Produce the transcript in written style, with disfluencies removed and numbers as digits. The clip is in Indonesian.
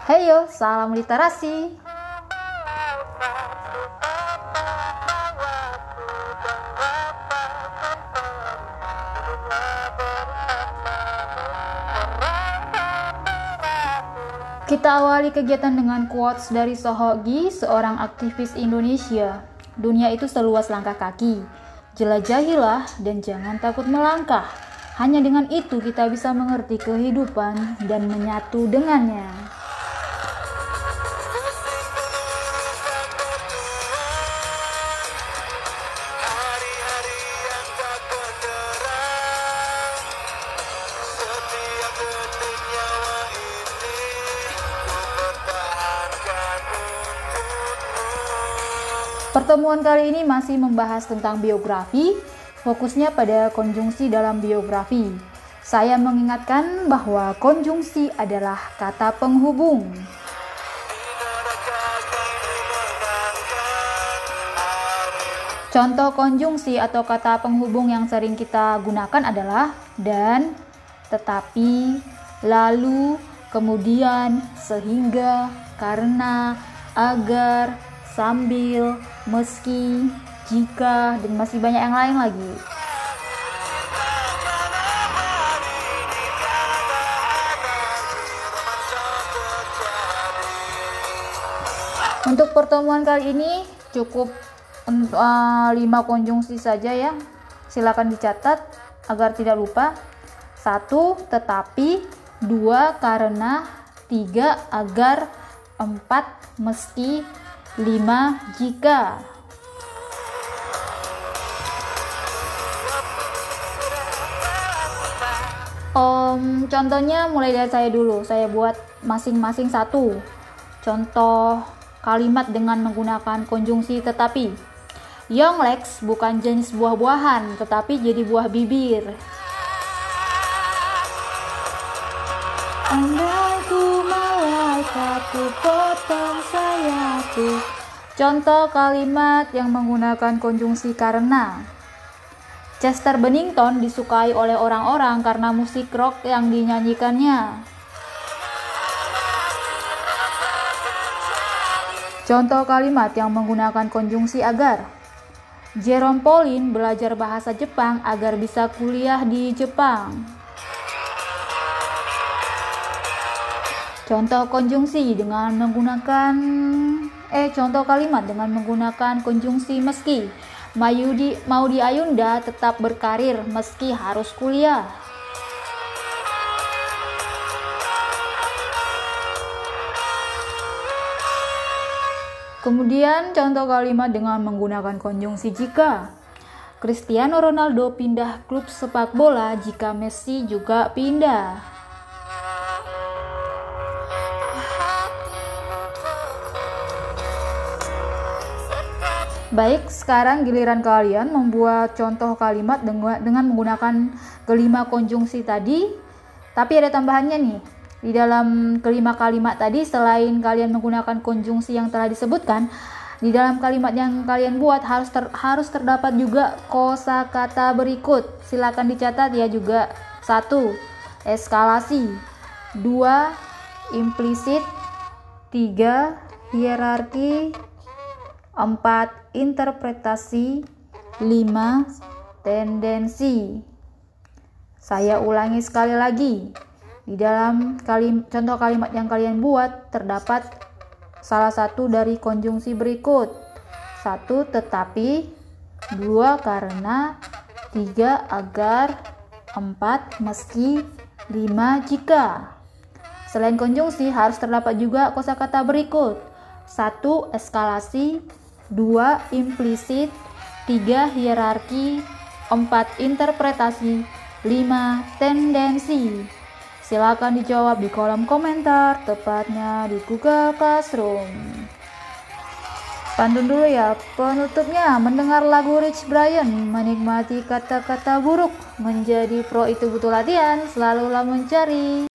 Heyo, salam literasi. Kita awali kegiatan dengan quotes dari Sohogi, seorang aktivis Indonesia. Dunia itu seluas langkah kaki. Jelajahilah dan jangan takut melangkah. Hanya dengan itu kita bisa mengerti kehidupan dan menyatu dengannya. Pertemuan kali ini masih membahas tentang biografi, fokusnya pada konjungsi dalam biografi. Saya mengingatkan bahwa konjungsi adalah kata penghubung. Contoh konjungsi atau kata penghubung yang sering kita gunakan adalah dan, tetapi, lalu, kemudian, sehingga, karena, agar, sambil, meski, jika, dan masih banyak yang lain lagi. Untuk pertemuan kali ini cukup 5 konjungsi saja ya. Silakan dicatat agar tidak lupa. 1. Tetapi, 2. Karena, 3. Agar, 4. Meski, 5. Jika. Contohnya mulai dari saya dulu. Saya buat masing-masing satu. Contoh kalimat dengan menggunakan konjungsi tetapi. Yongleks bukan jenis buah-buahan, tetapi jadi buah bibir. Andai ku malaikat ku potong sayapku. Contoh kalimat yang menggunakan konjungsi karena. Chester Bennington disukai oleh orang-orang karena musik rock yang dinyanyikannya. Contoh kalimat yang menggunakan konjungsi agar. Jerome Pauline belajar bahasa Jepang agar bisa kuliah di Jepang. Contoh konjungsi dengan menggunakan contoh kalimat dengan menggunakan konjungsi meski. Maudy Ayunda tetap berkarir meski harus kuliah. Kemudian contoh kalimat dengan menggunakan konjungsi jika. Cristiano Ronaldo pindah klub sepak bola jika Messi juga pindah. Baik, sekarang giliran kalian membuat contoh kalimat dengan menggunakan kelima konjungsi tadi. Tapi ada tambahannya nih. Di dalam kelima kalimat tadi, selain kalian menggunakan konjungsi yang telah disebutkan, di dalam kalimat yang kalian buat harus terdapat juga kosakata berikut. Silakan dicatat ya juga. 1. Eskalasi. 2. Implisit. 3. Hierarki. 4. Interpretasi. 5. Tendensi. Saya ulangi sekali lagi. Di dalam contoh kalimat yang kalian buat terdapat salah satu dari konjungsi berikut. 1. Tetapi. 2. Karena. 3. Agar. 4. Meski. 5. Jika. Selain konjungsi harus terdapat juga kosakata berikut. 1. Eskalasi. 2. Implisit. 3. Hierarki. 4. Interpretasi. 5. Tendensi. Silakan dijawab di kolom komentar, tepatnya di Google Classroom. Pantun dulu ya, penutupnya mendengar lagu Rich Brian, menikmati kata-kata buruk, menjadi pro itu butuh latihan, selalulah mencari.